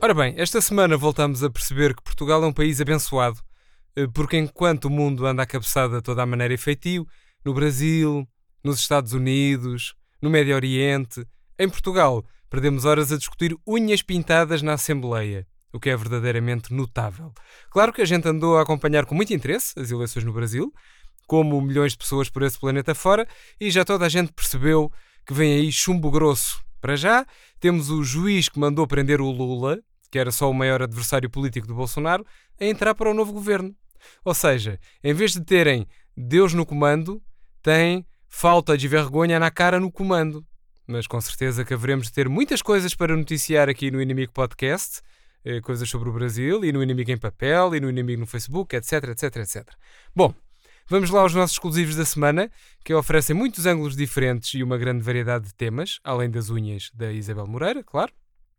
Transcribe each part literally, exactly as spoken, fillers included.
Ora bem, esta semana voltamos a perceber que Portugal é um país abençoado, porque enquanto o mundo anda à cabeçada toda a maneira e feitio, no Brasil, nos Estados Unidos, no Médio Oriente, em Portugal perdemos horas a discutir unhas pintadas na Assembleia, o que é verdadeiramente notável. Claro que a gente andou a acompanhar com muito interesse as eleições no Brasil, como milhões de pessoas por esse planeta fora, e já toda a gente percebeu que vem aí chumbo grosso. Para já, temos o juiz que mandou prender o Lula, que era só o maior adversário político do Bolsonaro, a entrar para o novo governo. Ou seja, em vez de terem Deus no comando, têm falta de vergonha na cara no comando. Mas com certeza que haveremos de ter muitas coisas para noticiar aqui no Inimigo Podcast, eh, coisas sobre o Brasil, e no Inimigo em Papel, e no Inimigo no Facebook, etc, etc, etcétera. Bom, vamos lá aos nossos exclusivos da semana, que oferecem muitos ângulos diferentes e uma grande variedade de temas, além das unhas da Isabel Moreira, claro.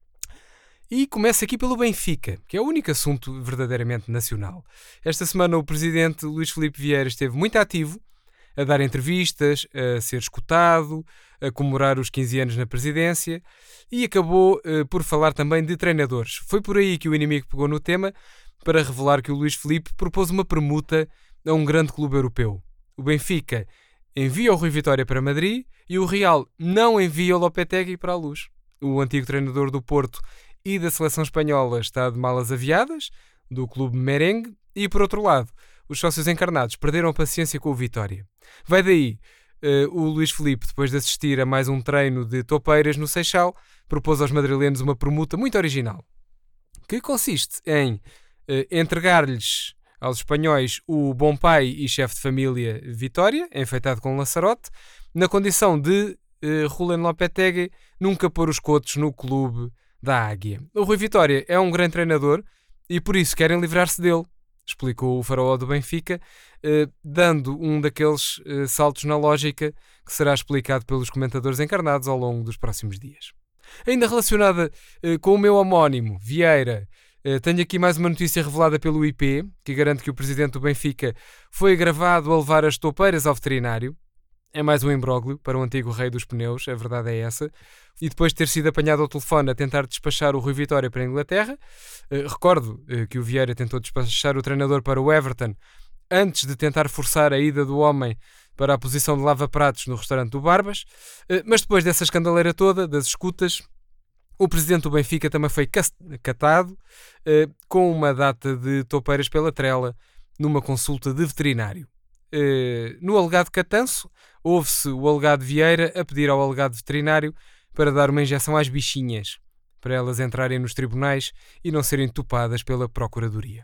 E começa aqui pelo Benfica, que é o único assunto verdadeiramente nacional. Esta semana o presidente Luís Filipe Vieira esteve muito ativo, a dar entrevistas, a ser escutado, a comemorar os quinze anos na presidência e acabou eh, por falar também de treinadores. Foi por aí que o Inimigo pegou no tema para revelar que o Luís Filipe propôs uma permuta a um grande clube europeu. O Benfica envia o Rui Vitória para Madrid e o Real não envia o Lopetegui para a Luz. O antigo treinador do Porto e da seleção espanhola está de malas aviadas, do clube merengue, e por outro lado, os sócios encarnados perderam a paciência com o Vitória. Vai daí, uh, o Luís Filipe, depois de assistir a mais um treino de topeiras no Seixal, propôs aos madrilenos uma permuta muito original, que consiste em uh, entregar-lhes aos espanhóis o bom pai e chefe de família Vitória, enfeitado com um laçarote, na condição de uh, Julen Lopetegui nunca pôr os cotos no clube da Águia. O Rui Vitória é um grande treinador e por isso querem livrar-se dele, explicou o faraó do Benfica, eh, dando um daqueles eh, saltos na lógica que será explicado pelos comentadores encarnados ao longo dos próximos dias. Ainda relacionada eh, com o meu homónimo, Vieira, eh, tenho aqui mais uma notícia revelada pelo I P, que garante que o presidente do Benfica foi gravado a levar as toupeiras ao veterinário. É mais um imbróglio para o antigo rei dos pneus, a verdade é essa. E depois de ter sido apanhado ao telefone a tentar despachar o Rui Vitória para a Inglaterra, eh, recordo eh, que o Vieira tentou despachar o treinador para o Everton antes de tentar forçar a ida do homem para a posição de lava-pratos no restaurante do Barbas, eh, mas depois dessa escandaleira toda, das escutas, o presidente do Benfica também foi catado eh, com uma data de toupeiras pela trela numa consulta de veterinário. Uh, no alegado catanço, houve-se o alegado Vieira a pedir ao alegado veterinário para dar uma injeção às bichinhas, para elas entrarem nos tribunais e não serem topadas pela Procuradoria.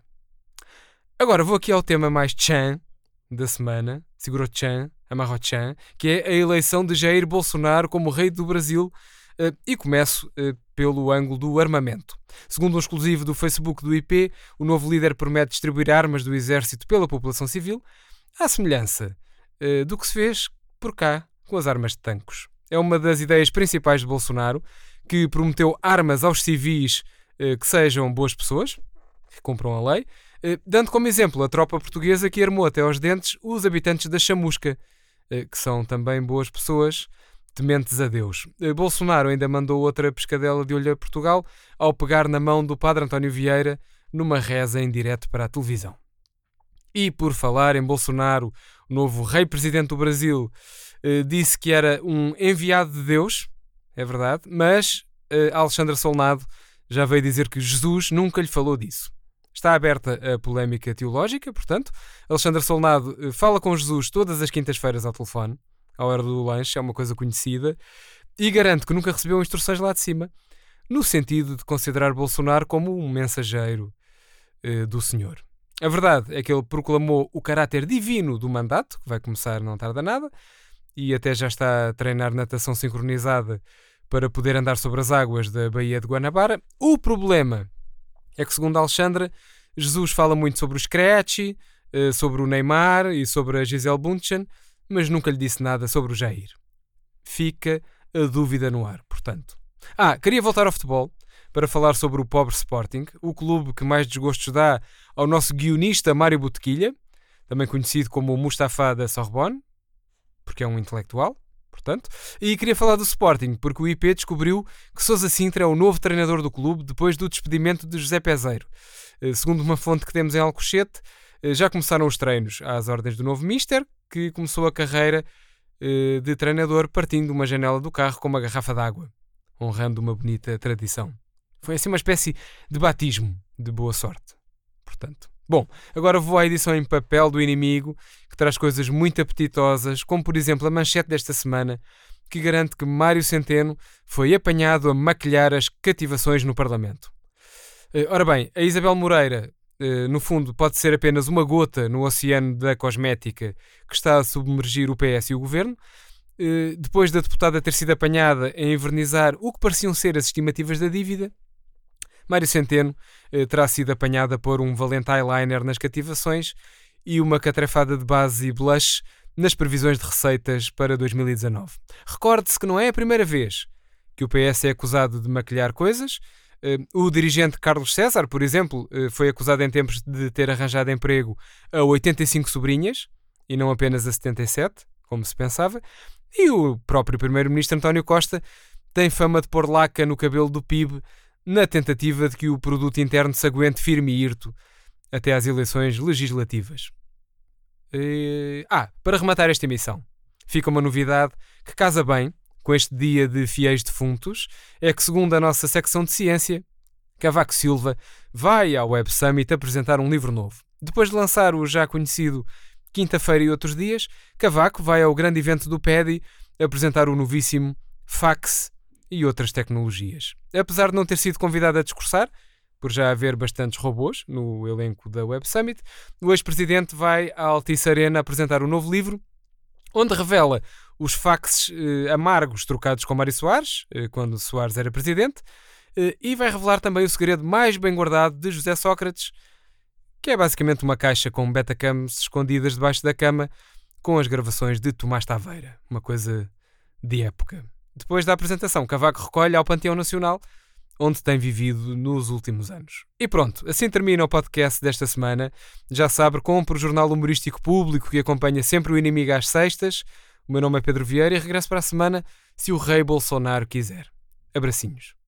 Agora vou aqui ao tema mais tchan da semana, seguro tchan, amarro tchan, que é a eleição de Jair Bolsonaro como rei do Brasil, uh, e começo uh, pelo ângulo do armamento. Segundo um exclusivo do Facebook do I P, o novo líder promete distribuir armas do exército pela população civil, à semelhança uh, do que se fez por cá com as armas de tancos. É uma das ideias principais de Bolsonaro, que prometeu armas aos civis uh, que sejam boas pessoas, que cumpram a lei, uh, dando como exemplo a tropa portuguesa que armou até aos dentes os habitantes da Chamusca, uh, que são também boas pessoas, tementes a Deus. Uh, Bolsonaro ainda mandou outra pescadela de olho a Portugal ao pegar na mão do padre António Vieira numa reza em direto para a televisão. E por falar em Bolsonaro, o novo rei-presidente do Brasil eh, disse que era um enviado de Deus, é verdade, mas eh, Alexandre Solnado já veio dizer que Jesus nunca lhe falou disso. Está aberta a polémica teológica, portanto. Alexandre Solnado eh, fala com Jesus todas as quintas-feiras ao telefone, à hora do lanche, é uma coisa conhecida, e garante que nunca recebeu instruções lá de cima, no sentido de considerar Bolsonaro como um mensageiro eh, do Senhor. A verdade é que ele proclamou o caráter divino do mandato, que vai começar não tarda nada, e até já está a treinar natação sincronizada para poder andar sobre as águas da Baía de Guanabara. O problema é que, segundo Alexandre, Jesus fala muito sobre o Scratchy, sobre o Neymar e sobre a Gisele Bündchen, mas nunca lhe disse nada sobre o Jair. Fica a dúvida no ar, portanto. Ah, queria voltar ao futebol para falar sobre o pobre Sporting, o clube que mais desgostos dá ao nosso guionista Mário Botequilha, também conhecido como o Mustafa da Sorbonne, porque é um intelectual, Portanto, e queria falar do Sporting, porque o I P descobriu que Sousa Sintra é o novo treinador do clube depois do despedimento de José Peseiro. Segundo uma fonte que temos em Alcochete, já começaram os treinos às ordens do novo míster, que começou a carreira de treinador partindo uma janela do carro com uma garrafa d'água, honrando uma bonita tradição. Foi assim uma espécie de batismo de boa sorte. Portanto, bom, agora vou à edição em papel do Inimigo, que traz coisas muito apetitosas, como por exemplo a manchete desta semana, que garante que Mário Centeno foi apanhado a maquilhar as cativações no Parlamento. Ora bem, a Isabel Moreira, no fundo, pode ser apenas uma gota no oceano da cosmética que está a submergir o P S e o Governo, depois da deputada ter sido apanhada a envernizar o que pareciam ser as estimativas da dívida. Mário Centeno eh, terá sido apanhado a pôr um valente eyeliner nas cativações e uma catrafada de base e blush nas previsões de receitas para dois mil e dezanove. Recorde-se que não é a primeira vez que o P S é acusado de maquilhar coisas. Eh, o dirigente Carlos César, por exemplo, eh, foi acusado em tempos de ter arranjado emprego a oitenta e cinco sobrinhas e não apenas a setenta e sete, como se pensava. E o próprio primeiro-ministro António Costa tem fama de pôr laca no cabelo do P I B na tentativa de que o produto interno se aguente firme e hirto até às eleições legislativas. E... Ah, para rematar esta emissão, fica uma novidade que casa bem com este dia de fiéis defuntos, é que, segundo a nossa secção de ciência, Cavaco Silva vai ao Web Summit apresentar um livro novo. Depois de lançar o já conhecido Quinta-feira e Outros Dias, Cavaco vai ao grande evento do P E D I apresentar o novíssimo Fax e outras tecnologias. Apesar de não ter sido convidado a discursar, por já haver bastantes robôs no elenco da Web Summit, o ex-presidente vai à Altice Arena apresentar um novo livro, onde revela os faxes eh, amargos trocados com Mário Soares, eh, quando Soares era presidente, eh, e vai revelar também o segredo mais bem guardado de José Sócrates, que é basicamente uma caixa com betacams escondidas debaixo da cama, com as gravações de Tomás Taveira. Uma coisa de época. Depois da apresentação, Cavaco recolhe ao Panteão Nacional, onde tem vivido nos últimos anos. E pronto, assim termina o podcast desta semana. Já sabe, compre o jornal humorístico público que acompanha sempre o Inimigo às sextas. O meu nome é Pedro Vieira e regresso para a semana se o rei Bolsonaro quiser. Abracinhos.